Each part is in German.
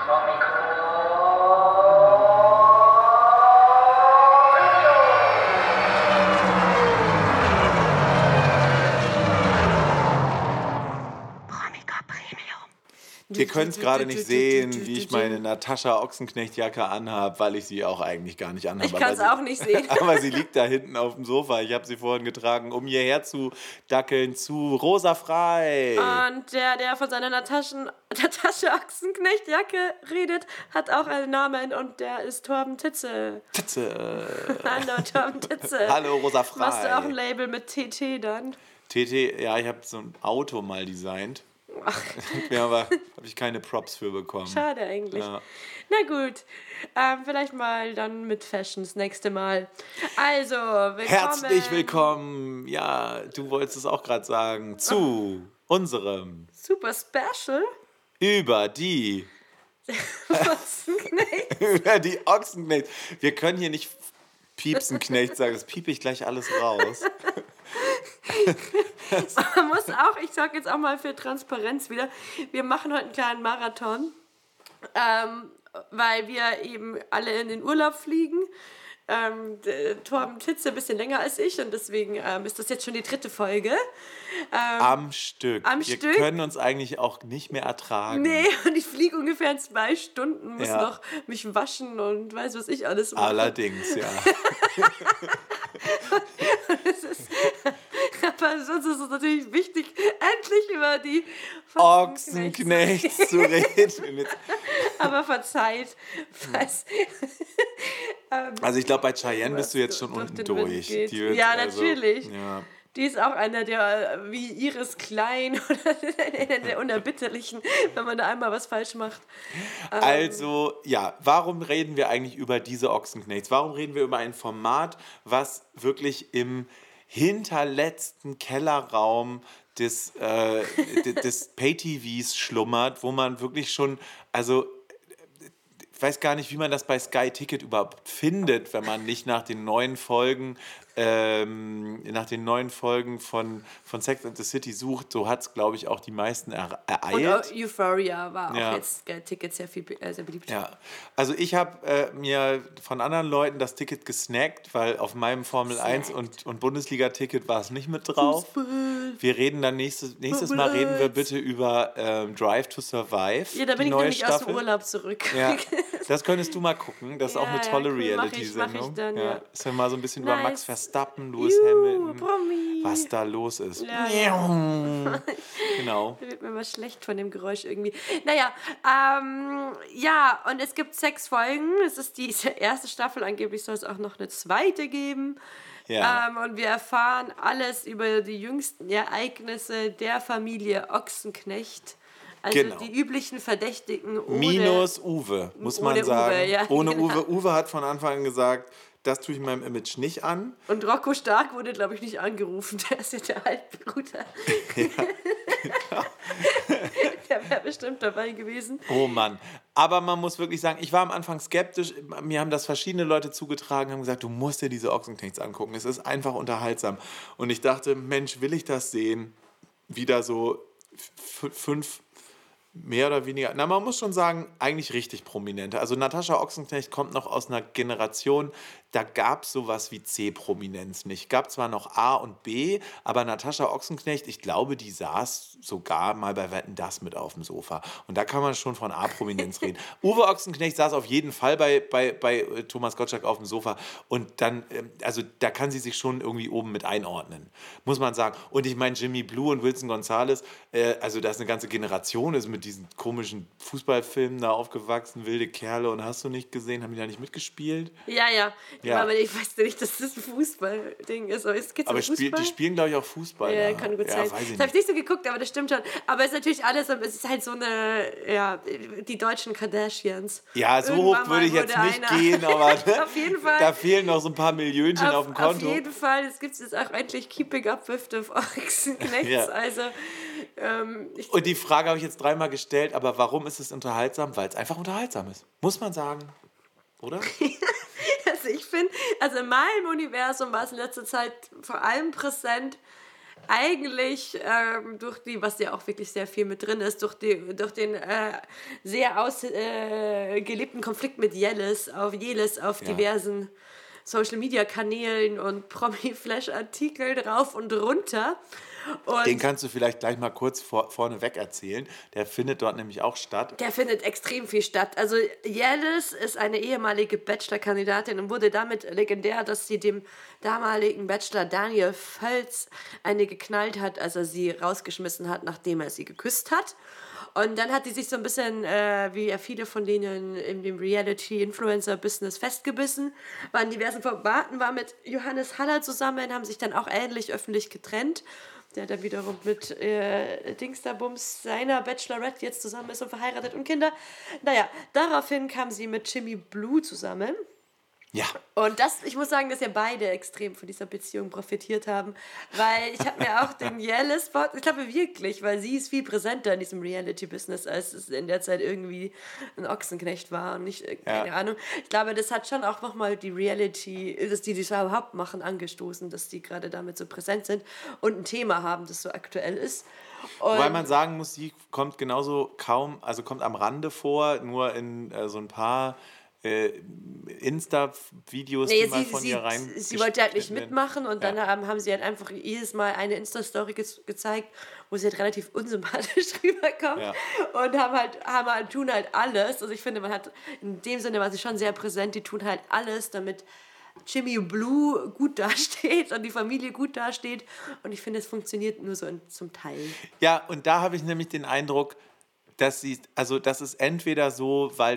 Ihr könnt es gerade nicht sehen, wie ich meine Natascha Ochsenknecht-Jacke anhabe, weil ich sie auch eigentlich gar nicht anhabe. Ich kann es auch nicht sehen. Aber sie liegt da hinten auf dem Sofa. Ich habe sie vorhin getragen, um hierher zu dackeln zu Rosa Frei. Und der von seiner Natascha Ochsenknecht-Jacke redet, hat auch einen Namen und der ist Torben Titze. Hallo, Torben Titze. Hallo, Rosa Frei. Machst du auch ein Label mit TT dann? TT, ja, ich habe so ein Auto mal designt. Ja, aber habe ich keine Props für bekommen. Schade eigentlich. Ja. Na gut, vielleicht mal dann mit Fashion das nächste Mal. Also, willkommen. Herzlich willkommen, ja, du wolltest es auch gerade sagen, zu unserem Super Special über die Ochsenknecht. über die Ochsenknecht. Wir können hier nicht Piepsenknecht sagen, das piepe ich gleich alles raus. Man muss auch, ich sage jetzt auch mal für Transparenz wieder, wir machen heute einen kleinen Marathon, weil wir eben alle in den Urlaub fliegen. Torben Titze ein bisschen länger als ich und deswegen ist das jetzt schon die 3. Folge. Am Stück. Wir können uns eigentlich auch nicht mehr ertragen. Nee, und ich fliege ungefähr in 2 Stunden, muss noch mich waschen und weiß, was ich alles mache. Allerdings, ja. Aber sonst ist es natürlich wichtig, endlich über die Ochsenknechts zu reden. Aber verzeiht, also ich glaube, bei Cheyenne bist du jetzt schon unten durch. Ja, natürlich. Ja. Die ist auch einer der, wie Iris Klein oder der Unerbitterlichen, wenn man da einmal was falsch macht. Also, ja, warum reden wir eigentlich über diese Ochsenknechts? Warum reden wir über ein Format, was wirklich im hinterletzten Kellerraum des Pay-TVs schlummert, wo man wirklich schon, also ich weiß gar nicht, wie man das bei Sky Ticket überhaupt findet, wenn man nicht nach den neuen Folgen von Sex and the City sucht. So hat es, glaube ich, auch die meisten ereilt. Und Euphoria war auch jetzt Sky Ticket sehr beliebt. Ja, also ich habe mir von anderen Leuten das Ticket gesnackt, weil auf meinem Formel 1 und Bundesliga-Ticket war es nicht mit drauf. Fußball. Wir reden dann nächstes Mal reden wir bitte über Drive to Survive. Ja, da bin ich nämlich aus dem Urlaub zurück. Ja, das könntest du mal gucken. Das ist auch eine tolle Reality-Sendung. Mach ich dann, ja. Ist ja mal so ein bisschen über Max Verstappen, Lewis Hamilton, was da los ist. Ja. Genau. Da wird mir mal schlecht von dem Geräusch irgendwie. Naja, und es gibt 6 Folgen. Es ist die erste Staffel, angeblich soll es auch noch eine 2. geben. Ja. Und wir erfahren alles über die jüngsten Ereignisse der Familie Ochsenknecht. Also die üblichen Verdächtigen minus Uwe, muss man sagen. Uwe, ja, ohne genau. Uwe. Uwe hat von Anfang an gesagt, das tue ich meinem Image nicht an. Und Rocco Stark wurde, glaube ich, nicht angerufen. Der ist ja der Halbbruder. Ja. Der wäre bestimmt dabei gewesen. Oh Mann. Aber man muss wirklich sagen, ich war am Anfang skeptisch. Mir haben das verschiedene Leute zugetragen, haben gesagt, du musst dir diese Ochsenknechts angucken. Es ist einfach unterhaltsam. Und ich dachte, Mensch, will ich das sehen? Wieder so 5 mehr oder weniger, man muss schon sagen, eigentlich richtig prominente. Also Natascha Ochsenknecht kommt noch aus einer Generation, da gab es sowas wie C-Prominenz nicht. Gab zwar noch A und B, aber Natascha Ochsenknecht, ich glaube, die saß sogar mal bei Wetten, dass mit auf dem Sofa. Und da kann man schon von A-Prominenz reden. Uwe Ochsenknecht saß auf jeden Fall bei Thomas Gottschalk auf dem Sofa. Und dann, also da kann sie sich schon irgendwie oben mit einordnen, muss man sagen. Und ich meine, Jimmy Blue und Wilson Gonzalez, also da ist eine ganze Generation, ist mit diesen komischen Fußballfilmen da aufgewachsen, wilde Kerle, und hast du nicht gesehen, haben die da nicht mitgespielt? Ja. Aber ich weiß nicht, dass das ein Fußballding ist. Aber die spielen, glaube ich, auch Fußball. Ja, kann gut sein. Das habe ich nicht so geguckt, aber das stimmt schon. Aber es ist natürlich alles, es ist halt so eine, die deutschen Kardashians. Ja, so hoch würde ich jetzt nicht gehen, aber auf jeden Fall, da fehlen noch so ein paar Millionchen auf dem Konto. Auf jeden Fall, es gibt jetzt auch endlich Keeping Up with the Ochsenknechts. Ja. Also, und die Frage habe ich jetzt 3-mal gestellt, aber warum ist es unterhaltsam? Weil es einfach unterhaltsam ist, muss man sagen, oder? Also ich finde, in meinem Universum war es in letzter Zeit vor allem präsent, eigentlich durch die, was ja auch wirklich sehr viel mit drin ist, durch den sehr ausgelebten Konflikt mit Jelis auf diversen Social-Media-Kanälen und Promi-Flash-Artikeln rauf und runter. Und Den kannst du vielleicht gleich mal kurz vorneweg erzählen. Der findet dort nämlich auch statt. der findet extrem viel statt. Also Jelis ist eine ehemalige Bachelor-Kandidatin und wurde damit legendär, dass sie dem damaligen Bachelor Daniel Völz eine geknallt hat, als er sie rausgeschmissen hat, nachdem er sie geküsst hat. Und dann hat die sich so ein bisschen, wie ja viele von denen in dem Reality-Influencer-Business festgebissen, war in diversen Formaten, war mit Johannes Haller zusammen, haben sich dann auch ähnlich öffentlich getrennt. Der dann wiederum mit Dingsterbums seiner Bachelorette jetzt zusammen ist und verheiratet und Kinder. Naja, daraufhin kam sie mit Jimmy Blue zusammen. Ja. Und ich muss sagen, dass ja beide extrem von dieser Beziehung profitiert haben, weil ich habe mir auch den Jelis-Spot, ich glaube wirklich, weil sie ist viel präsenter in diesem Reality-Business, als es in der Zeit irgendwie ein Ochsenknecht war und nicht, keine Ahnung. Ich glaube, das hat schon auch nochmal die Reality, dass die das überhaupt machen, angestoßen, dass die gerade damit so präsent sind und ein Thema haben, das so aktuell ist. Wobei man sagen muss, sie kommt genauso kommt am Rande vor, nur in so ein paar Insta-Videos, die mal von ihr rein. Sie wollte halt nicht mitmachen und dann haben sie halt einfach jedes Mal eine Insta-Story gezeigt, wo sie halt relativ unsympathisch rüberkommt und tun halt alles. Also ich finde, man hat in dem Sinne war sie schon sehr präsent, die tun halt alles, damit Jimmy Blue gut dasteht und die Familie gut dasteht und ich finde, es funktioniert nur so zum Teil. Ja, und da habe ich nämlich den Eindruck, das ist entweder so, weil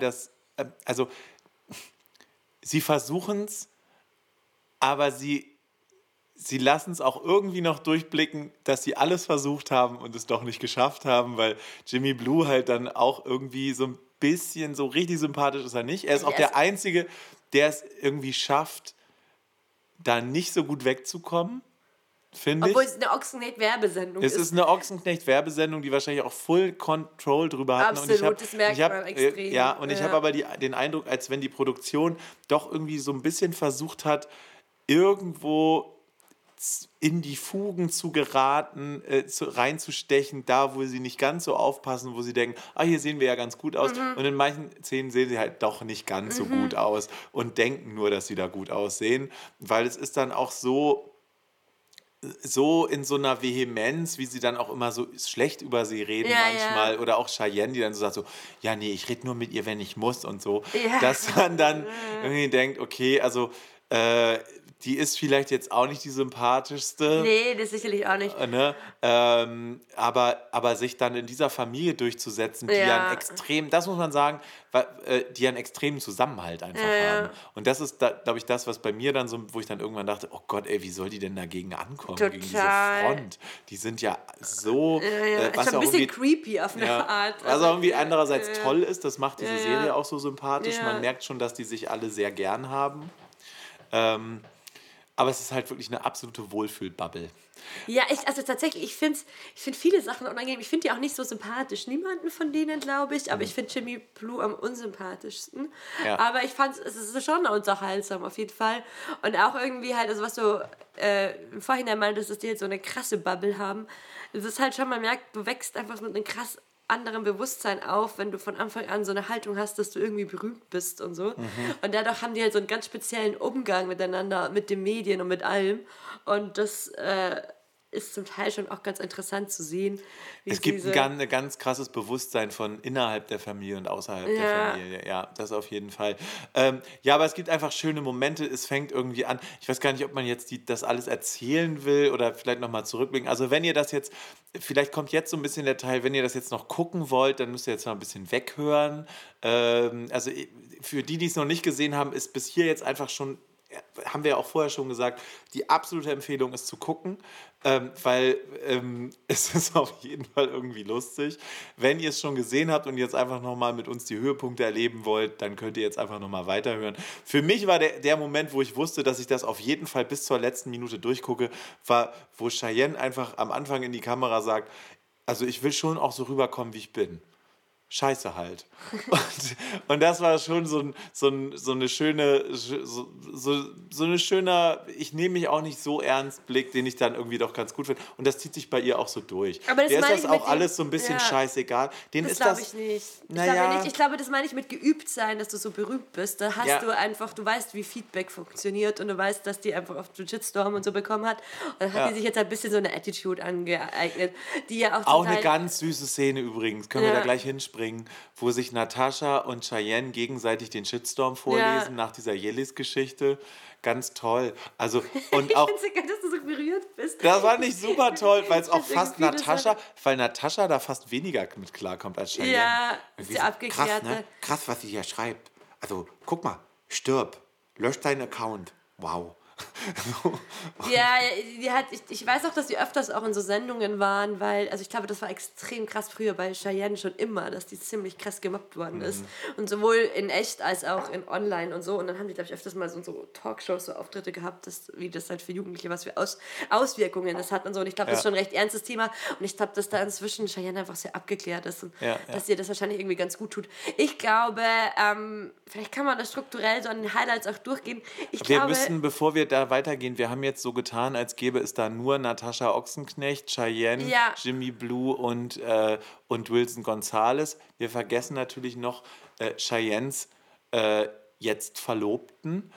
sie versuchen es, aber sie lassen es auch irgendwie noch durchblicken, dass sie alles versucht haben und es doch nicht geschafft haben, weil Jimmy Blue halt dann auch irgendwie so ein bisschen, so richtig sympathisch ist er nicht. Er ist auch der Einzige, der es irgendwie schafft, da nicht so gut wegzukommen, finde ich. Obwohl es eine Ochsenknecht-Werbesendung ist. Es ist eine Ochsenknecht-Werbesendung, die wahrscheinlich auch Full Control drüber hatten. Absolut, das merkt man extrem. Ja, und ich habe aber den Eindruck, als wenn die Produktion doch irgendwie so ein bisschen versucht hat, irgendwo in die Fugen zu geraten, reinzustechen, da wo sie nicht ganz so aufpassen, wo sie denken, hier sehen wir ja ganz gut aus. Und in manchen Szenen sehen sie halt doch nicht ganz so gut aus und denken nur, dass sie da gut aussehen, weil es ist dann auch so in so einer Vehemenz, wie sie dann auch immer so schlecht über sie reden manchmal. Ja. Oder auch Cheyenne, die dann so sagt so, ja nee, ich rede nur mit ihr, wenn ich muss und so. Ja. Dass man dann irgendwie denkt, okay, also die ist vielleicht jetzt auch nicht die sympathischste. Nee, das sicherlich auch nicht. Ne? Aber sich dann in dieser Familie durchzusetzen, die ja einen extrem, das muss man sagen, die einen extremen Zusammenhalt einfach haben. Und das ist, glaube ich, das, was bei mir dann so, wo ich dann irgendwann dachte, oh Gott, ey, wie soll die denn dagegen ankommen? Total. Gegen diese Front? Die sind ja so... was schon ein bisschen creepy auf eine Art. Was auch irgendwie andererseits toll ist, das macht diese Serie auch so sympathisch. Man merkt schon, dass die sich alle sehr gern haben. Aber es ist halt wirklich eine absolute Wohlfühl-Bubble. Ja, ich finde viele Sachen unangenehm. Ich finde die auch nicht so sympathisch. Niemanden von denen, glaube ich. Aber ich finde Jimmy Blue am unsympathischsten. Ja. Aber ich fand es ist schon unterhaltsam auf jeden Fall. Und auch irgendwie halt, also was du im Vorhinein meintest, dass die halt so eine krasse Bubble haben. Es ist halt schon, man merkt, du wächst einfach mit einem krass anderem Bewusstsein auf, wenn du von Anfang an so eine Haltung hast, dass du irgendwie berühmt bist und so. Und dadurch haben die halt so einen ganz speziellen Umgang miteinander, mit den Medien und mit allem. Und das ist zum Teil schon auch ganz interessant zu sehen. Es gibt ein ganz krasses Bewusstsein von innerhalb der Familie und außerhalb der Familie. Ja, das auf jeden Fall. Aber es gibt einfach schöne Momente. Es fängt irgendwie an. Ich weiß gar nicht, ob man jetzt das alles erzählen will oder vielleicht nochmal zurückblicken. Also wenn ihr das jetzt, vielleicht kommt jetzt so ein bisschen der Teil, wenn ihr das jetzt noch gucken wollt, dann müsst ihr jetzt mal ein bisschen weghören. Also für die es noch nicht gesehen haben, ist bis hier jetzt einfach schon, haben wir ja auch vorher schon gesagt, die absolute Empfehlung ist zu gucken, weil es ist auf jeden Fall irgendwie lustig. Wenn ihr es schon gesehen habt und jetzt einfach nochmal mit uns die Höhepunkte erleben wollt, dann könnt ihr jetzt einfach nochmal weiterhören. Für mich war der Moment, wo ich wusste, dass ich das auf jeden Fall bis zur letzten Minute durchgucke, war, wo Cheyenne einfach am Anfang in die Kamera sagt, also ich will schon auch so rüberkommen, wie ich bin. scheiße halt. Und das war schon so eine schöne, so eine schöner, ich nehme mich auch nicht so ernst Blick, den ich dann irgendwie doch ganz gut finde. Und das zieht sich bei ihr auch so durch. Aber das Der ist meine das ich auch mit alles so ein bisschen ja. scheißegal. Denen Das ist glaube das, ich nicht. naja, Ich glaube, das meine ich mit geübt sein, dass du so berühmt bist. Da hast Ja. du einfach, du weißt, wie Feedback funktioniert und du weißt, dass die einfach oft einen Shitstorm und so bekommen hat. Und dann hat die sich jetzt ein bisschen so eine Attitude angeeignet, die ja auch Auch total... eine ganz süße Szene übrigens, können wir da gleich hinspringen, wo sich Natascha und Cheyenne gegenseitig den Shitstorm vorlesen nach dieser Yellis-Geschichte. Ganz toll. Also, und auch, Ich finde es dass du so berührt bist. das fand ich super toll, weil es auch Das fast irgendwie das weil Natascha da fast weniger mit klarkommt als Cheyenne. Ja, Irgendwie die so, abgeklärte. Krass, ne? Krass, was sie hier schreibt. Also, guck mal, stirb, lösch deinen Account. Wow. Ja, ich weiß auch, dass die öfters auch in so Sendungen waren, weil, also ich glaube, das war extrem krass früher bei Cheyenne schon immer, dass die ziemlich krass gemobbt worden ist. Und sowohl in echt als auch in online und so. Und dann haben die, glaube ich, öfters mal so Talkshows, so Auftritte gehabt, wie das halt für Jugendliche, was für Auswirkungen das hat und so. Und ich glaube, das ist schon ein recht ernstes Thema. Und ich glaube, dass da inzwischen Cheyenne einfach sehr abgeklärt ist und dass ihr das wahrscheinlich irgendwie ganz gut tut. Ich glaube, vielleicht kann man das strukturell so an den Highlights auch durchgehen. Wir müssen, bevor wir da weitergehen, wir haben jetzt so getan, als gäbe es da nur Natascha Ochsenknecht, Cheyenne, Jimmy Blue und Wilson Gonzalez. Wir vergessen natürlich noch Cheyennes jetzt Verlobten,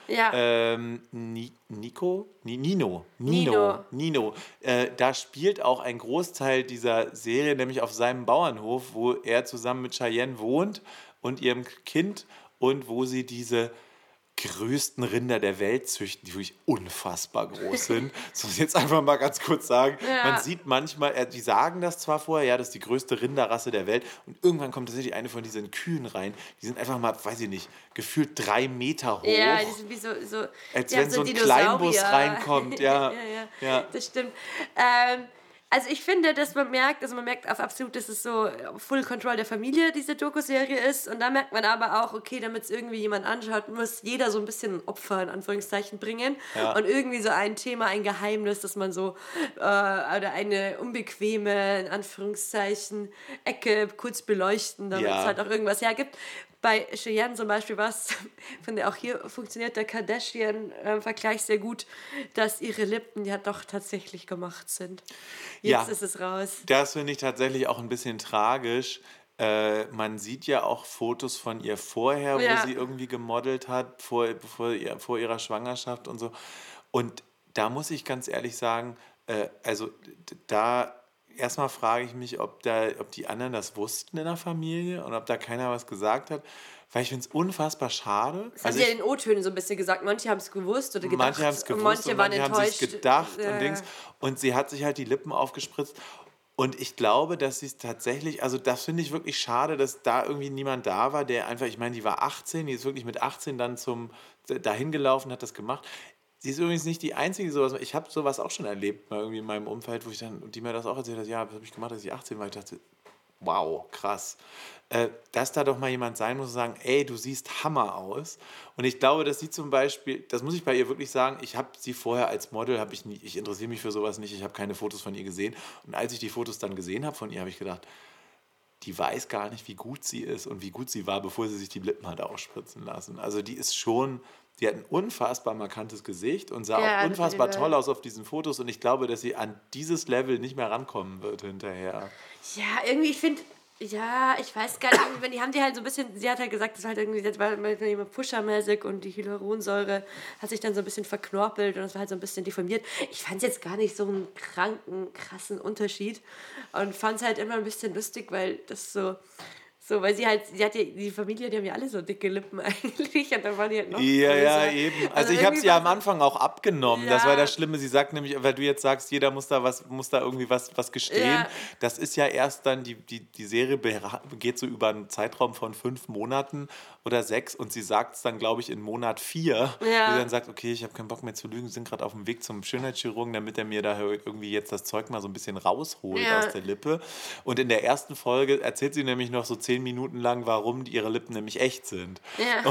Nino. Da spielt auch ein Großteil dieser Serie, nämlich auf seinem Bauernhof, wo er zusammen mit Cheyenne wohnt und ihrem Kind und wo sie diese größten Rinder der Welt züchten, die wirklich unfassbar groß sind. Das muss ich jetzt einfach mal ganz kurz sagen. Man sieht manchmal, die sagen das zwar vorher, ja, das ist die größte Rinderrasse der Welt und irgendwann kommt tatsächlich eine von diesen Kühen rein, die sind einfach mal, weiß ich nicht, gefühlt 3 Meter hoch. Ja, die sind wie so als wenn so ein Kleinbus reinkommt. Ja. Das stimmt. Also ich finde, dass man merkt auf absolut, dass es so Full Control der Familie, diese Doku-Serie ist. Und da merkt man aber auch, okay, damit es irgendwie jemand anschaut, muss jeder so ein bisschen ein Opfer in Anführungszeichen bringen. Ja. Und irgendwie so ein Thema, ein Geheimnis, dass man so, oder eine unbequeme, in Anführungszeichen, Ecke kurz beleuchten, damit es halt auch irgendwas hergibt. Bei Cheyenne zum Beispiel war es, finde auch hier funktioniert der Kardashian-Vergleich sehr gut, dass ihre Lippen ja doch tatsächlich gemacht sind. Jetzt ist es raus. Das finde ich tatsächlich auch ein bisschen tragisch. Man sieht ja auch Fotos von ihr vorher, wo sie irgendwie gemodelt hat, vor ihrer Schwangerschaft und so. Und da muss ich ganz ehrlich sagen, erstmal frage ich mich, ob die anderen das wussten in der Familie und ob da keiner was gesagt hat, weil ich finde es unfassbar schade. Das haben sie ja in den O-Tönen so ein bisschen gesagt. Manche haben es gewusst oder gedacht. Manche haben es gewusst manche waren enttäuscht. Haben sich gedacht und Dings. Und sie hat sich halt die Lippen aufgespritzt. Und ich glaube, dass sie es tatsächlich, also das finde ich wirklich schade, dass da irgendwie niemand da war, der einfach, ich meine, die war 18, die ist wirklich mit 18 dann dahin gelaufen, hat das gemacht. Sie ist übrigens nicht die Einzige, sowas. Ich habe sowas auch schon erlebt, mal irgendwie in meinem Umfeld, die mir das auch erzählt hat, ja, das habe ich gemacht, als ich 18 war. Ich dachte, wow, krass. Dass da doch mal jemand sein muss und sagen, ey, du siehst Hammer aus. Und ich glaube, dass sie zum Beispiel, das muss ich bei ihr wirklich sagen, ich habe sie vorher als Model, ich interessiere mich für sowas nicht, ich habe keine Fotos von ihr gesehen. Und als ich die Fotos dann gesehen habe von ihr, habe ich gedacht, die weiß gar nicht, wie gut sie ist und wie gut sie war, bevor sie sich die Lippen hat ausspritzen lassen. Also die hat ein unfassbar markantes Gesicht und sah auch unfassbar toll aus auf diesen Fotos. Und ich glaube, dass sie an dieses Level nicht mehr rankommen wird hinterher. Ja, irgendwie, ich finde, ja, ich weiß gar nicht, wenn die haben die halt so ein bisschen, sie hat halt gesagt, das war halt irgendwie, das war immer Pushermäßig und die Hyaluronsäure hat sich dann so ein bisschen verknorpelt und das war halt so ein bisschen deformiert. Ich fand es jetzt gar nicht so einen krassen Unterschied und fand es halt immer ein bisschen lustig, weil das so, weil sie hat ja, die Familie, die haben ja alle so dicke Lippen eigentlich und dann waren die halt noch größer. Eben. Also ich habe sie ja am Anfang auch abgenommen. Ja. Das war das Schlimme. Sie sagt nämlich, weil du jetzt sagst, jeder muss da irgendwie was gestehen. Ja. Das ist ja erst dann, die Serie geht so über einen Zeitraum von 5 Monaten oder 6 und sie sagt es dann, glaube ich, in Monat 4, wo sie dann sagt, okay, ich habe keinen Bock mehr zu lügen, wir sind gerade auf dem Weg zum Schönheitschirurgen, damit er mir da irgendwie jetzt das Zeug mal so ein bisschen rausholt aus der Lippe. Und in der ersten Folge erzählt sie nämlich noch so 10 Minuten lang, warum ihre Lippen nämlich echt sind. Ja.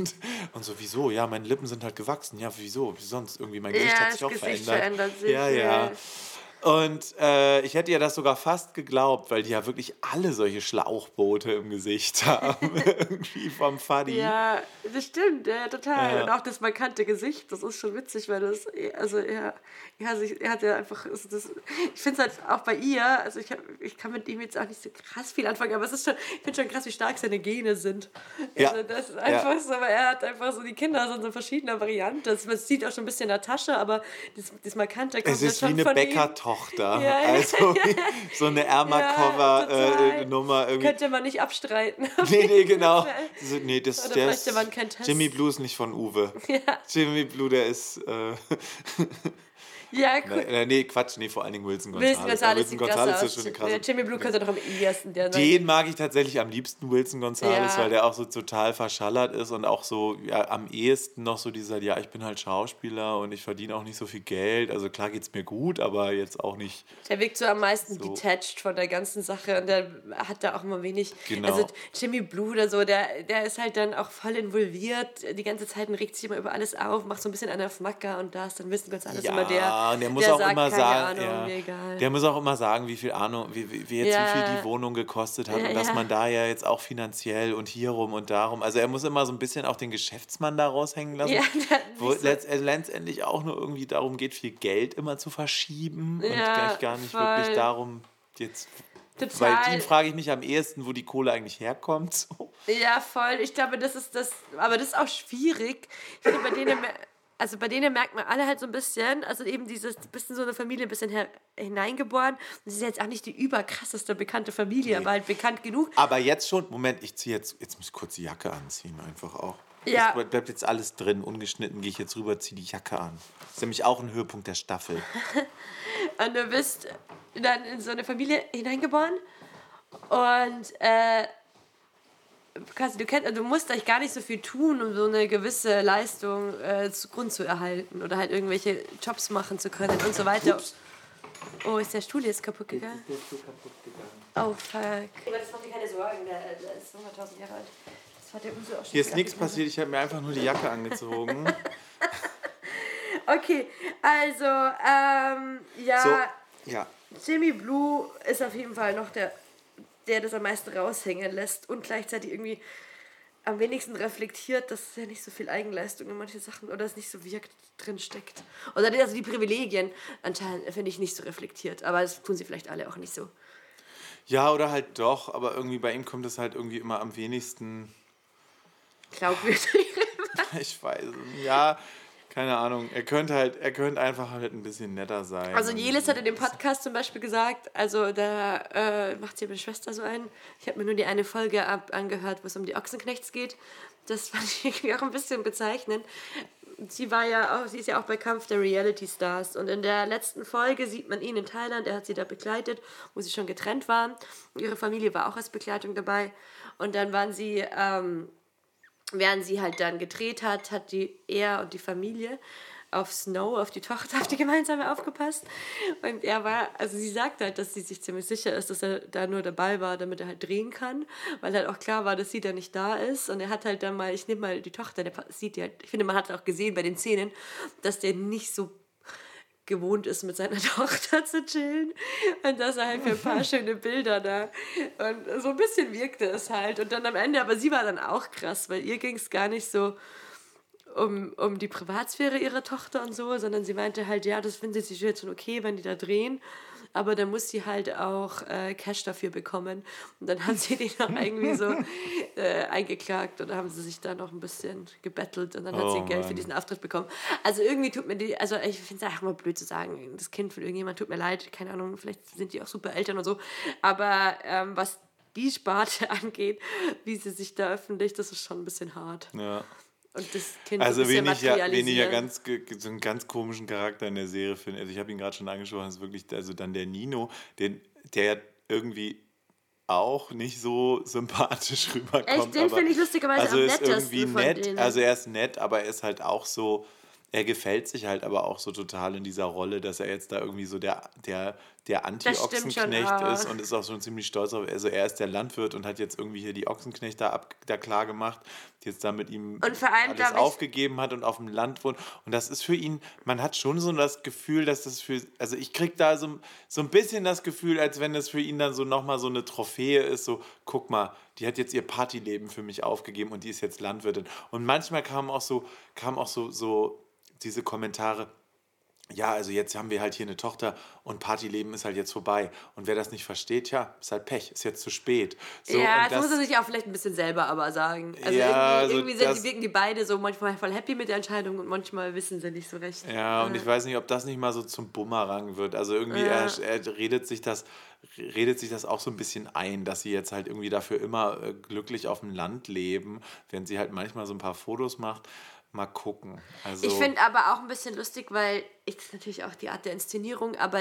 Und so, wieso? Ja, meine Lippen sind halt gewachsen. Ja, wieso? Wie sonst? Irgendwie mein Gesicht hat sich auch verändert. Sich. Ja. Und ich hätte ja das sogar fast geglaubt, weil die ja wirklich alle solche Schlauchboote im Gesicht haben. Irgendwie vom Fadi. Ja, das stimmt, ja, total. Ja. Und auch das markante Gesicht, das ist schon witzig, weil das, also er hat ja einfach, also das, ich finde es halt auch bei ihr, also ich kann mit ihm jetzt auch nicht so krass viel anfangen, aber es ist schon, ich finde schon krass, wie stark seine Gene sind. Ja. Also das ist einfach so, aber er hat einfach so, die Kinder sind so verschiedener Varianten. Man sieht auch schon ein bisschen in der Tasche, aber das markante kommt Es ist wie schon eine von ihm. Bäckertochter. Ja, ja. Also so eine total. Erma-Cover-Nummer irgendwie. Könnte man nicht abstreiten. Nee, genau. Nee, Oder bräuchte man keinen Test. Jimmy Blue ist nicht von Uwe. Ja. Jimmy Blue, der ist. Ja, cool. Nee, Quatsch, vor allen Dingen Wilson Wilson Gonzalez. Gonzalez Wilson sieht krass Gonzalez aus. ist schon eine krasse. Ja, Jimmy Blue könnte doch am ehesten. Den mag ich tatsächlich am liebsten, Wilson Gonzalez, Ja. weil der auch so total verschallert ist und auch so am ehesten noch so dieser, ja, ich bin halt Schauspieler und ich verdiene auch nicht so viel Geld. Also klar geht's mir gut, aber jetzt auch nicht. Der wirkt so am meisten So. detached von der ganzen Sache und der hat da auch immer wenig. Genau. Also Jimmy Blue oder so, der ist halt dann auch voll involviert die ganze Zeit und regt sich immer über alles auf, macht so ein bisschen einen auf Macker und da ist dann Wilson Gonzalez immer Ja, und der muss der auch sagt, immer keine sagen, Ahnung, mir egal. der muss auch immer sagen, wie viel Ahnung, wie jetzt Ja. wie viel die Wohnung gekostet hat Ja, und dass ja. man da ja jetzt auch finanziell und hierum und darum, also er muss immer so ein bisschen auch den Geschäftsmann da raushängen lassen, Ja, der hat wo nicht so- letztendlich auch nur irgendwie darum geht, viel Geld immer zu verschieben und Ja, gar nicht voll. wirklich darum jetzt. Total. Bei ihm frage ich mich am ehesten, wo die Kohle eigentlich herkommt. So. Ja, voll. Ich glaube, das ist das. Aber das ist auch schwierig. Ich finde, bei denen merkt man alle halt so ein bisschen, also eben dieses bisschen so eine Familie ein bisschen hineingeboren. Und sie ist jetzt auch nicht die überkrasseste bekannte Familie, aber halt bekannt genug. Aber jetzt schon, Moment, jetzt muss ich kurz die Jacke anziehen, einfach auch. Ja. Das bleibt jetzt alles drin, ungeschnitten, gehe ich jetzt rüber, ziehe die Jacke an. Das ist nämlich auch ein Höhepunkt der Staffel. Und du bist dann in so eine Familie hineingeboren und quasi, du musst eigentlich gar nicht so viel tun, um so eine gewisse Leistung zu Grund zu erhalten oder halt irgendwelche Jobs machen zu können und so weiter. Ups. Oh, ist der Stuhl jetzt kaputt gegangen? Der ist so kaputt gegangen. Oh, fuck. Aber das macht dir keine Sorgen, der ist 100.000 Jahre alt. Das hat der Uso auch schon Hier ist gesagt. nichts passiert, ich habe mir einfach nur die Jacke angezogen. Okay, also, ja, So, ja. Jimmy Blue ist auf jeden Fall noch der das am meisten raushängen lässt und gleichzeitig irgendwie am wenigsten reflektiert, dass ja nicht so viel Eigenleistung in manche Sachen oder es nicht so wirkt drin steckt. Oder also die Privilegien anscheinend finde ich nicht so reflektiert, aber das tun sie vielleicht alle auch nicht so. Ja, oder halt doch, aber irgendwie bei ihm kommt es halt irgendwie immer am wenigsten. Glaubwürdig. Ich weiß, ja, keine Ahnung. Er könnte einfach halt ein bisschen netter sein. Also Jelis hat in dem Podcast zum Beispiel gesagt, also da macht sie meine Schwester so ein. Ich habe mir nur die eine Folge angehört, wo es um die Ochsenknechts geht. Das fand ich irgendwie auch ein bisschen bezeichnend. Sie ist ja auch bei Kampf der Reality Stars und in der letzten Folge sieht man ihn in Thailand, er hat sie da begleitet, wo sie schon getrennt waren. Ihre Familie war auch als Begleitung dabei und dann während sie halt dann gedreht hat er und die Familie auf Snow, auf die Tochter, auf die gemeinsame aufgepasst. Und sie sagt halt, dass sie sich ziemlich sicher ist, dass er da nur dabei war, damit er halt drehen kann, weil halt auch klar war, dass sie da nicht da ist. Und er hat halt dann ich nehme mal die Tochter, der sieht die halt, ich finde, man hat auch gesehen bei den Szenen, dass der nicht so gewohnt ist, mit seiner Tochter zu chillen und dass er halt für ein paar schöne Bilder da und so ein bisschen wirkte es halt und dann am Ende, aber sie war dann auch krass, weil ihr ging es gar nicht so um die Privatsphäre ihrer Tochter und so, sondern sie meinte halt, ja, das findet sie jetzt schon okay, wenn die da drehen, aber dann muss sie halt auch Cash dafür bekommen und dann haben sie den noch irgendwie so eingeklagt und dann haben sie sich da noch ein bisschen gebettelt und dann hat sie Geld für diesen Auftritt bekommen. Also irgendwie tut mir also ich finde es einfach mal blöd zu sagen, das Kind von irgendjemand tut mir leid, keine Ahnung, vielleicht sind die auch super Eltern und so, aber was die Sparte angeht, wie sie sich da öffentlich, das ist schon ein bisschen hart. Ja. Und das Kind Also ein bisschen wen ich ja materialisieren. so einen ganz komischen Charakter in der Serie finde. Also ich habe ihn gerade schon angesprochen, das ist wirklich, also dann der Nino, der irgendwie auch nicht so sympathisch rüberkommt. Echt, den finde ich lustigerweise also am ist nettesten irgendwie von nett, denen. also er ist nett, aber er ist halt auch so, er gefällt sich halt aber auch so total in dieser Rolle, dass er jetzt da irgendwie so der der Das stimmt schon Anti-Ochsenknecht auch. ist und ist auch schon ziemlich stolz drauf. Also er ist der Landwirt und hat jetzt irgendwie hier die Ochsenknechte da klar gemacht, die jetzt da mit ihm Und vor allem, alles glaube ich, aufgegeben hat und auf dem Land wohnt. Und das ist für ihn, man hat schon so das Gefühl, dass das also ich kriege da so ein bisschen das Gefühl, als wenn das für ihn dann so nochmal so eine Trophäe ist, so, guck mal, die hat jetzt ihr Partyleben für mich aufgegeben und die ist jetzt Landwirtin. Und manchmal kamen auch so diese Kommentare, ja, also jetzt haben wir halt hier eine Tochter und Partyleben ist halt jetzt vorbei. Und wer das nicht versteht, ja, ist halt Pech, ist jetzt zu spät. So, ja, und das muss er sich auch vielleicht ein bisschen selber aber sagen. Also ja, irgendwie das, wirken die beide so manchmal voll happy mit der Entscheidung und manchmal wissen sie nicht so recht. ja, und ich weiß nicht, ob das nicht mal so zum Bumerang wird. Also irgendwie, er redet sich das auch so ein bisschen ein, dass sie jetzt halt irgendwie dafür immer glücklich auf dem Land leben, während sie halt manchmal so ein paar Fotos macht. Mal gucken. Also, Ich finde aber auch ein bisschen lustig, weil ich das natürlich auch die Art der Inszenierung, aber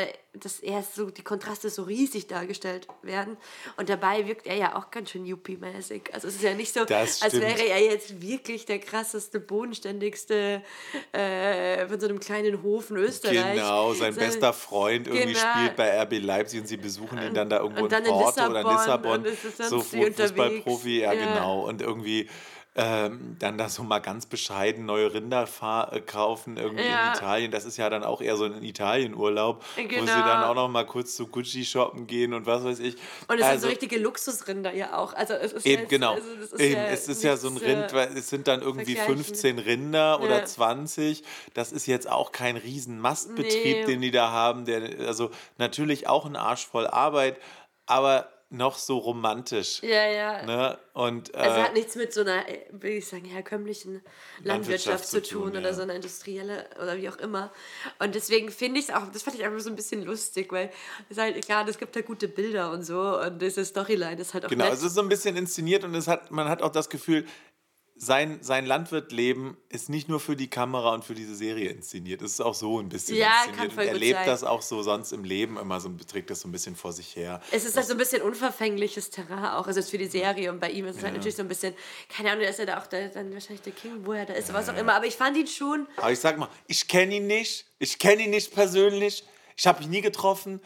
die Kontraste so riesig dargestellt werden. Und dabei wirkt er ja auch ganz schön Yuppie-mäßig. Also es ist ja nicht so, Das als stimmt. wäre er jetzt wirklich der krasseste, bodenständigste von so einem kleinen Hof in Österreich. Genau, sein So- bester Freund irgendwie Genau. spielt bei RB Leipzig und sie besuchen ihn dann da irgendwo und in dann in Porto oder Lissabon Lissabon, und es ist so sonst wie unterwegs. Fußballprofi, ja, Ja. genau. Und irgendwie dann da so mal ganz bescheiden neue Rinder kaufen irgendwie Ja. in Italien. Das ist ja dann auch eher so ein Italienurlaub, wo sie Genau. dann auch noch mal kurz zu Gucci shoppen gehen und was weiß ich. Und es sind Also, so richtige Luxusrinder ja auch. Also es ist eben, jetzt, genau. Also das ist Eben, ja es ist ja so ein nichts, Rind, weil es sind dann irgendwie vergleichen. 15 Rinder oder Ja. 20. Das ist jetzt auch kein riesen Mastbetrieb, Nee. den die da haben. Also natürlich auch ein Arsch voll Arbeit, aber noch so romantisch. Ja, ja. Ne? Und Also hat nichts mit so einer, will ich sagen, herkömmlichen Landwirtschaft zu tun ja. oder so einer industrielle oder wie auch immer. Und deswegen finde ich es auch, das fand ich einfach so ein bisschen lustig, weil es halt, klar, es gibt halt gute Bilder und so und diese Storyline ist halt auch Genau, nett. es ist so ein bisschen inszeniert und man hat auch das Gefühl, sein Landwirtleben ist nicht nur für die Kamera und für diese Serie inszeniert. Es ist auch so ein bisschen Ja, kann inszeniert. voll Und er gut lebt sein. das auch so sonst im Leben immer so, trägt das so ein bisschen vor sich her. Es ist halt so ein bisschen unverfängliches Terrain auch, also jetzt für die Serie und bei ihm ist es halt natürlich so ein bisschen, keine Ahnung, der ist ja da auch dann wahrscheinlich der King, wo er da ist, was auch immer, aber ich fand ihn schon, Aber ich sag mal, ich kenne ihn nicht persönlich, ich habe ihn nie getroffen,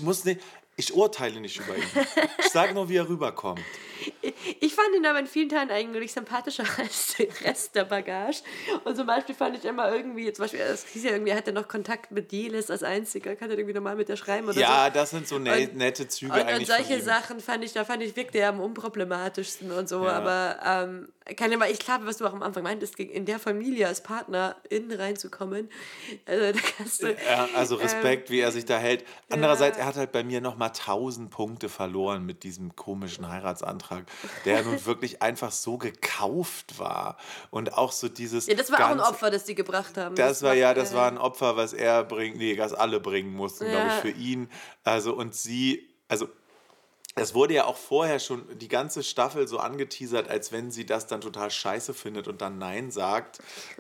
ich urteile nicht über ihn. Ich sage nur, wie er rüberkommt. ich fand ihn aber in vielen Teilen eigentlich sympathischer als den Rest der Bagage. Und zum Beispiel fand ich immer irgendwie, zum Beispiel, es hieß ja irgendwie, er hatte noch Kontakt mit Dielis als einziger, kann er irgendwie normal mit der schreiben oder so. Ja, das sind so nette Züge Und eigentlich von solche ihm. Sachen fand ich, wirkte er am unproblematischsten und so, aber ich glaube, was du auch am Anfang meintest, in der Familie als Partnerin reinzukommen, also da kannst du... Ja, also Respekt, wie er sich da hält. Andererseits, er hat halt bei mir nochmal 1000 Punkte verloren mit diesem komischen Heiratsantrag, der nun wirklich einfach so gekauft war. Und auch so dieses... Ja, das war auch ein ganz- Opfer, das die gebracht haben. Das war ein Opfer, was er bringt, was alle bringen mussten, glaube ich, Ja. für ihn. Also und sie, also es wurde ja auch vorher schon die ganze Staffel so angeteasert, als wenn sie das dann total scheiße findet und dann Nein sagt.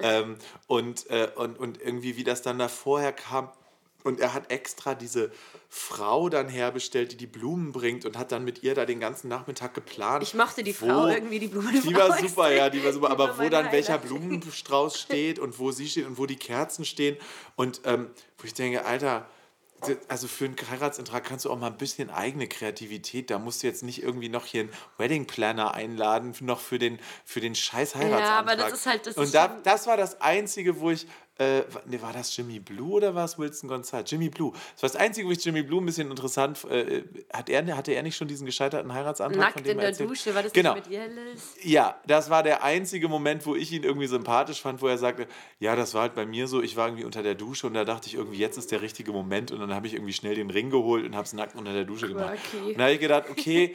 Und irgendwie, wie das dann da vorher kam. Und er hat extra diese Frau dann herbestellt, die die Blumen bringt und hat dann mit ihr da den ganzen Nachmittag geplant. Ich mochte die Frau irgendwie, die Blumenfrau. Die war super, extrem. ja, die war super. Die Aber war wo mein dann welcher Highlight. Blumenstrauß steht und wo sie steht und wo die Kerzen stehen. Und wo ich denke, Alter, also für einen Heiratsantrag kannst du auch mal ein bisschen eigene Kreativität. Da musst du jetzt nicht irgendwie noch hier einen Wedding Planner einladen, noch für den scheiß Heiratsantrag. Ja, aber das ist halt... Das Und ist das war das Einzige, wo ich... war das Jimmy Blue oder war es Wilson Gonzalez? Jimmy Blue. Das war das Einzige, wo ich Jimmy Blue ein bisschen interessant... hatte er nicht schon diesen gescheiterten Heiratsantrag? nackt von dem in er der erzählt? Dusche, war das Genau. nicht mit Jellis? Ja, das war der einzige Moment, wo ich ihn irgendwie sympathisch fand, wo er sagte, ja, das war halt bei mir so, ich war irgendwie unter der Dusche und da dachte ich irgendwie, jetzt ist der richtige Moment und dann habe ich irgendwie schnell den Ring geholt und habe es nackt unter der Dusche gemacht. Quirky. Und da habe ich gedacht, okay,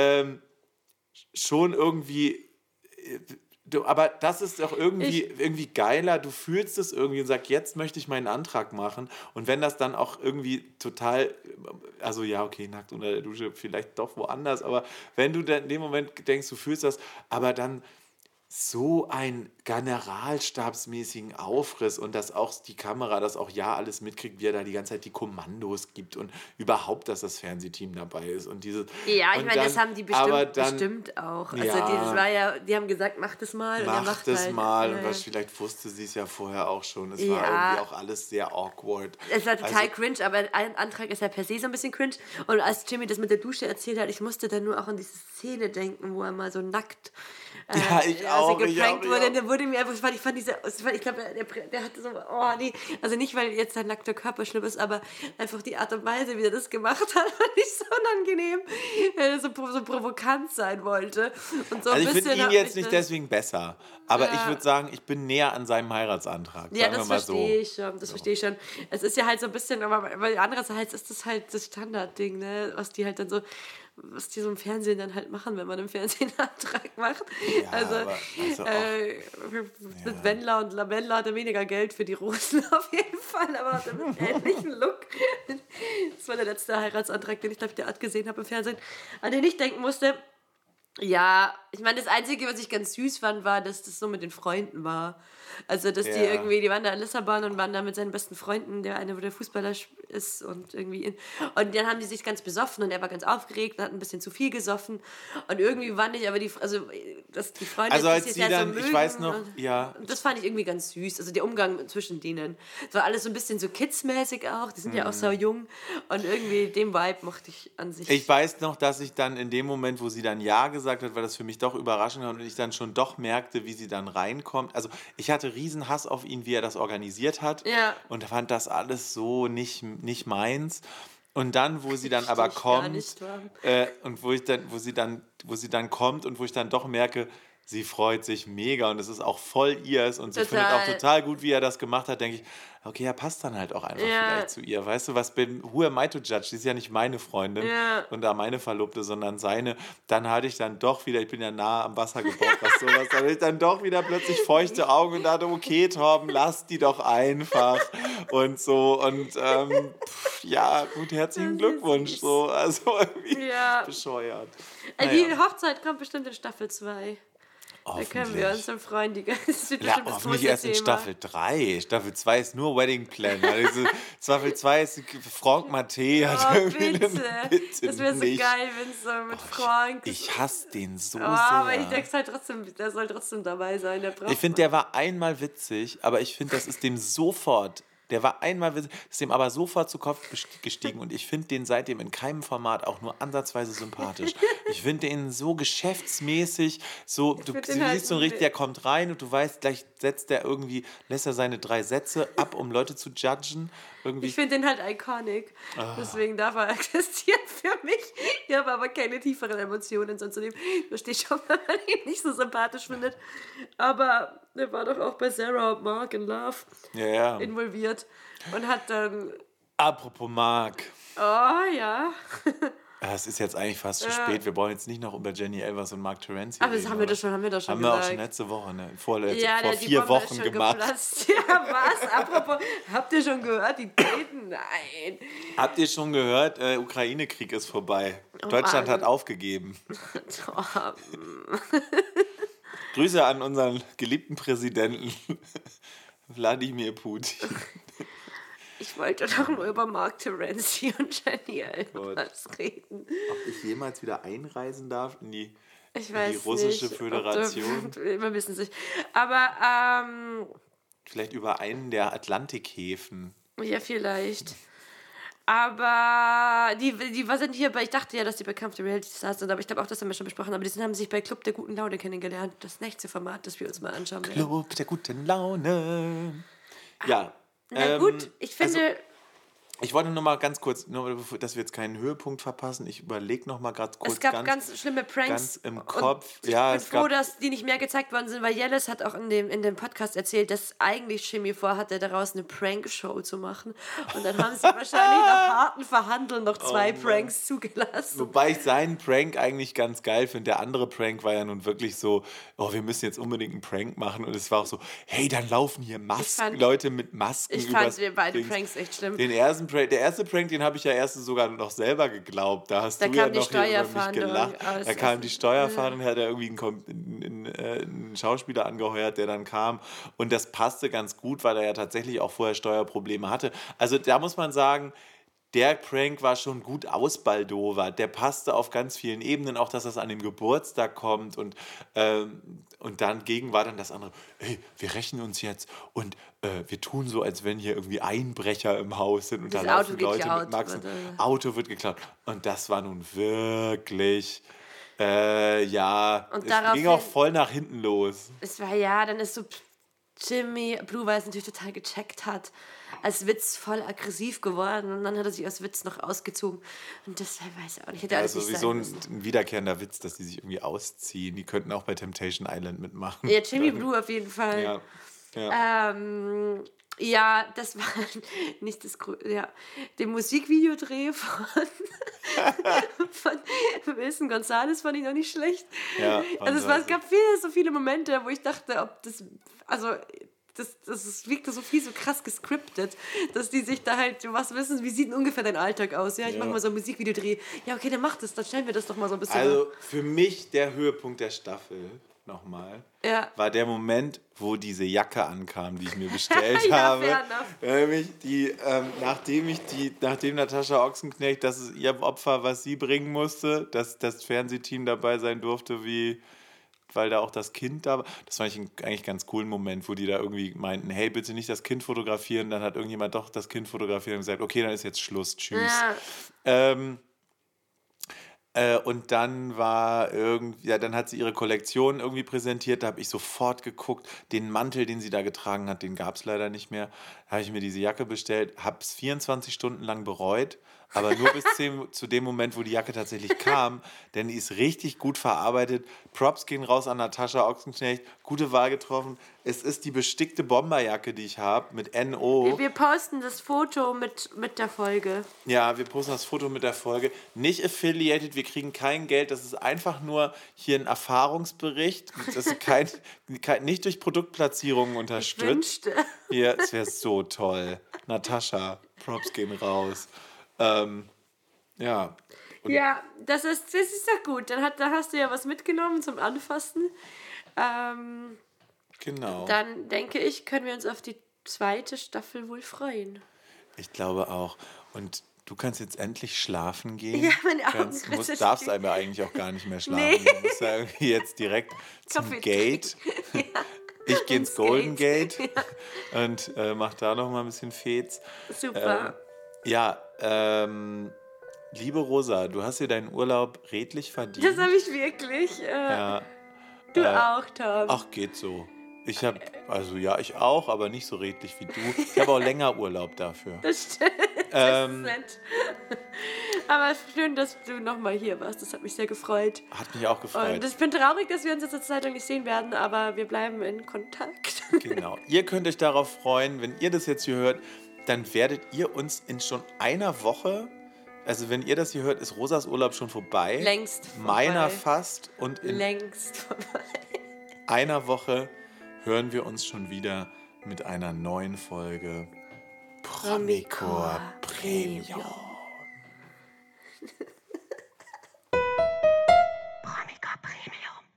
schon irgendwie... aber das ist doch irgendwie geiler. Du fühlst es irgendwie und sagst, jetzt möchte ich meinen Antrag machen. Und wenn das dann auch irgendwie total, also ja, okay, nackt unter der Dusche, vielleicht doch woanders, aber wenn du dann in dem Moment denkst, du fühlst das, aber dann so einen generalstabsmäßigen Aufriss und dass auch die Kamera das auch alles mitkriegt, wie er da die ganze Zeit die Kommandos gibt und überhaupt, dass das Fernsehteam dabei ist und diese Ja, ich und meine, das dann, haben die aber bestimmt, dann bestimmt auch. Also ja, das war ja, die haben gesagt, mach das mal und er macht macht es halt. mal Ja, und ja. vielleicht wusste sie es ja vorher auch schon. Es war Ja. irgendwie auch alles sehr awkward. Es war total Also, cringe, aber ein Antrag ist ja per se so ein bisschen cringe. Und als Jimmy das mit der Dusche erzählt hat, ich musste dann nur auch an diese Szene denken, wo er mal so nackt Ja, ich auch, geprankt ich wurde. auch. Und dann wurde mir einfach, ich fand ich glaube, der hatte so, oh nee, also nicht, weil jetzt sein nackter Körper schlimm ist, aber einfach die Art und Weise, wie er das gemacht hat, fand ich so unangenehm, weil er so provokant sein wollte. Und so ein also ich bisschen finde ihn hat jetzt mich nicht das- deswegen besser, aber Ja. ich würde sagen, ich bin näher an seinem Heiratsantrag. Ja, Sagen wir das mal so. verstehe ich schon, das verstehe ich schon. Es ist ja halt so ein bisschen, aber weil andererseits ist das halt das Standardding, ne, was die halt dann so, was die so im Fernsehen dann halt machen, wenn man im Fernsehen einen Antrag macht. Ja, Also, aber- also auch- mit Wendler und Lavendler hat er weniger Geld für die Rosen auf jeden Fall, aber hat einen ähnlichen Look. Das war der letzte Heiratsantrag, den ich, glaube ich, derart gesehen habe im Fernsehen, an den ich denken musste. Ja, ich meine, das Einzige, was ich ganz süß fand, war, dass das so mit den Freunden war. Also, dass die Ja. irgendwie, die waren da in Lissabon und waren da mit seinen besten Freunden, der eine, wo der Fußballer ist und irgendwie. Und dann haben die sich ganz besoffen und er war ganz aufgeregt und hat ein bisschen zu viel gesoffen. Und irgendwie fand ich aber dass die Freunde Also sich als jetzt sie ja dann, so mögen. ich weiß noch, und, ja, und das fand ich irgendwie ganz süß. Also der Umgang zwischen denen. Es war alles so ein bisschen so kidsmäßig auch. Die sind ja auch so jung. Und irgendwie den Vibe mochte ich an sich. ich weiß noch, dass ich dann in dem Moment, wo sie dann Ja gesagt hat, war das für mich doch überraschend und ich dann schon doch merkte, wie sie dann reinkommt. Also ich hatte riesen Hass auf ihn, wie er das organisiert hat Ja. und fand das alles so nicht meins. Und dann, wo sie dann aber Richtig gar kommt nicht wahr. und wo sie dann kommt und wo ich dann doch merke, sie freut sich mega und es ist auch voll ihrs und sie findet auch Total. total gut, wie er das gemacht hat, denke ich, okay, er passt dann halt auch einfach Ja. vielleicht zu ihr. Weißt du, who am I to judge? Die ist ja nicht meine Freundin Ja. und da meine Verlobte, sondern seine. Dann hatte ich dann doch wieder, ich bin ja nah am Wasser gebaut, was sowas, da hatte ich dann doch wieder plötzlich feuchte Augen und dachte, okay, Torben, lass die doch einfach und so und ja, gut, herzlichen Das ist Glückwunsch, süß. so, also irgendwie Ja. bescheuert. Die Hochzeit kommt bestimmt in Staffel 2. Da können wir Hoffentlich. uns dann freuen. Das wird Ja, bestimmt das hoffentlich große erst in Thema. Staffel 3. Staffel 2 ist nur Wedding Planner. Also, Staffel 2 ist Franck Maté. Hat Oh, irgendwie bitte. bitte Das wäre so nicht. geil, wenn es so mit Frank... Ich hasse den so aber ich sehr. denke halt trotzdem, der soll trotzdem dabei sein. Ich finde, der war einmal witzig, aber ich finde, das ist dem sofort. Der war einmal witzig, ist dem aber sofort zu Kopf gestiegen und ich finde den seitdem in keinem Format auch nur ansatzweise sympathisch. Ich finde den so geschäftsmäßig, so, du find den halt siehst so richtig, der kommt rein und du weißt, gleich lässt er seine 3 Sätze ab, um Leute zu judgen. Irgendwie. Ich finde den halt iconic. Ah. Deswegen darf er existieren für mich. Ich habe aber keine tieferen Emotionen sonst zu dem. Ich verstehe schon, wenn man ihn nicht so sympathisch findet. Aber der war doch auch bei Sarah und Mark in Love Ja. involviert. Und hat dann... Apropos Marc. Oh, ja. Es ist jetzt eigentlich fast zu spät. Wir brauchen jetzt nicht noch über Jenny Elvers und Mark Terenzi Aber das reden, haben wir oder? doch schon Haben wir gesagt. auch schon letzte Woche, ne? Vor die 4 Bombe ist Wochen schon gemacht. geplatzt. Ja, was? Apropos, habt ihr schon gehört, die daten? Nein. Habt ihr schon gehört? Ukraine-Krieg ist vorbei. Deutschland hat Mann. aufgegeben. Oh, Grüße an unseren geliebten Präsidenten Wladimir Putin. ich wollte doch nur über Mark Terenzi und Jenny Elvers reden. Ob ich jemals wieder einreisen darf in die Ich weiß die russische nicht, Föderation? Wir wissen es nicht. Aber, Vielleicht über einen der Atlantikhäfen. ja, vielleicht. Aber was sind hier bei, ich dachte ja, dass die bei Kampf der Reality Stars sind, aber ich glaube auch, das haben wir schon besprochen, aber die haben sich bei Club der guten Laune kennengelernt. Das nächste Format, das wir uns mal anschauen werden. Club der guten Laune. Ja. Na gut, ich finde... Ich wollte noch mal ganz kurz, nur dass wir jetzt keinen Höhepunkt verpassen, ich überlege noch mal kurz. Es gab ganz schlimme Pranks. ganz im und Kopf. Ich Ja, bin es froh, gab- dass die nicht mehr gezeigt worden sind, weil Jellis hat auch in dem Podcast erzählt, dass eigentlich Chemie vorhatte, daraus eine Prank-Show zu machen. Und dann haben sie wahrscheinlich nach harten Verhandeln noch 2 Pranks zugelassen. Wobei ich seinen Prank eigentlich ganz geil finde. Der andere Prank war ja nun wirklich so, oh, wir müssen jetzt unbedingt einen Prank machen. Und es war auch so, hey, dann laufen hier fand- Leute mit Masken Ich fand übers beide Dings. Pranks echt schlimm. Den ersten Prank, den habe ich ja erst sogar noch selber geglaubt. Da hast Da du ja kam die noch hier über mich Steuerfahndung gelacht. aus. Da kam die Steuerfahndung, hat er irgendwie einen Schauspieler angeheuert, der dann kam. Und das passte ganz gut, weil er ja tatsächlich auch vorher Steuerprobleme hatte. Also da muss man sagen, der Prank war schon gut ausbaldowert. Der passte auf ganz vielen Ebenen, auch dass das an dem Geburtstag kommt und dann gegen war dann das andere, hey, wir rächen uns jetzt und wir tun so, als wenn hier irgendwie Einbrecher im Haus sind und Das da laufen Auto Leute geklaut mit Maxen. wurde. Auto wird geklaut. Und das war nun wirklich, ja, Und es daraufhin- ging auch voll nach hinten los. Es war dann ist so Jimmy Blue, weil es natürlich total gecheckt hat, als Witz voll aggressiv geworden und dann hat er sich als Witz noch ausgezogen und das weiß ich auch nicht. Hätte alles Also nicht wie sein so ein müssen. wiederkehrender Witz, dass die sich irgendwie ausziehen. Die könnten auch bei Temptation Island mitmachen. Ja, Jimmy Blue auf jeden Fall. Ja. Ja. Ja, das war nicht das dem Musikvideodreh von Wilson Gonzalez fand ich noch nicht schlecht. Ja, also es gab so viele Momente, wo ich dachte, ob das, also das wirkte so viel so krass gescriptet, dass die sich da halt, du was wissen, wie sieht denn ungefähr dein Alltag aus? Ja, ich mache mal so ein Musikvideodreh. Ja, okay, dann mach das, dann stellen wir das doch mal so ein bisschen. Also für mich der Höhepunkt der Staffel nochmal war der Moment, wo diese Jacke ankam, die ich mir bestellt habe. Nämlich nachdem Natascha Ochsenknecht, das ist ihr Opfer, was sie bringen musste, dass das Fernsehteam dabei sein durfte, weil da auch das Kind da war. Das fand ich eigentlich ganz coolen Moment, wo die da irgendwie meinten, hey, bitte nicht das Kind fotografieren. Dann hat irgendjemand doch das Kind fotografiert und gesagt, okay, dann ist jetzt Schluss, tschüss. Ja. Und dann dann hat sie ihre Kollektion irgendwie präsentiert, da habe ich sofort geguckt, den Mantel, den sie da getragen hat, den gab es leider nicht mehr. Da habe ich mir diese Jacke bestellt, habe es 24 Stunden lang bereut, aber nur bis zu dem Moment, wo die Jacke tatsächlich kam, denn die ist richtig gut verarbeitet. Props gehen raus an Natascha Ochsenknecht, gute Wahl getroffen. Es ist die bestickte Bomberjacke, die ich habe, mit NO. Wir posten das Foto mit der Folge. Ja, wir posten das Foto mit der Folge. Nicht affiliated, wir kriegen kein Geld. Das ist einfach nur hier ein Erfahrungsbericht. Das ist nicht durch Produktplatzierungen unterstützt. Ja, es wäre so toll. Natascha, Props gehen raus. Ja. Ja, das ist doch gut. Da hast du ja was mitgenommen zum Anfassen. Genau. Dann denke ich, können wir uns auf die zweite Staffel wohl freuen. Ich glaube auch. Und du kannst jetzt endlich schlafen gehen. Ja, meine Augen darfst aber eigentlich auch gar nicht mehr schlafen. Nee. Du musst ja irgendwie jetzt direkt zum Kaffee Gate. Ja. Ich gehe ins Golden Gate Ja. und mach da noch mal ein bisschen Fets. Super. Liebe Rosa, du hast dir deinen Urlaub redlich verdient. Das habe ich wirklich. Ja. Du auch, Tom. Ach, geht so. Ich auch, aber nicht so redlich wie du. Ich habe auch länger Urlaub dafür. Das stimmt. Das ist nett. Aber schön, dass du nochmal hier warst. Das hat mich sehr gefreut. Hat mich auch gefreut. Und ich bin traurig, dass wir uns jetzt eine Zeit lang nicht sehen werden, aber wir bleiben in Kontakt. Genau. Ihr könnt euch darauf freuen, wenn ihr das jetzt hier hört, dann werdet ihr uns in schon einer Woche, also wenn ihr das hier hört, ist Rosas Urlaub schon vorbei. Längst vorbei. Meiner fast. Und in Längst vorbei. einer Woche hören wir uns schon wieder mit einer neuen Folge Promicor Premium.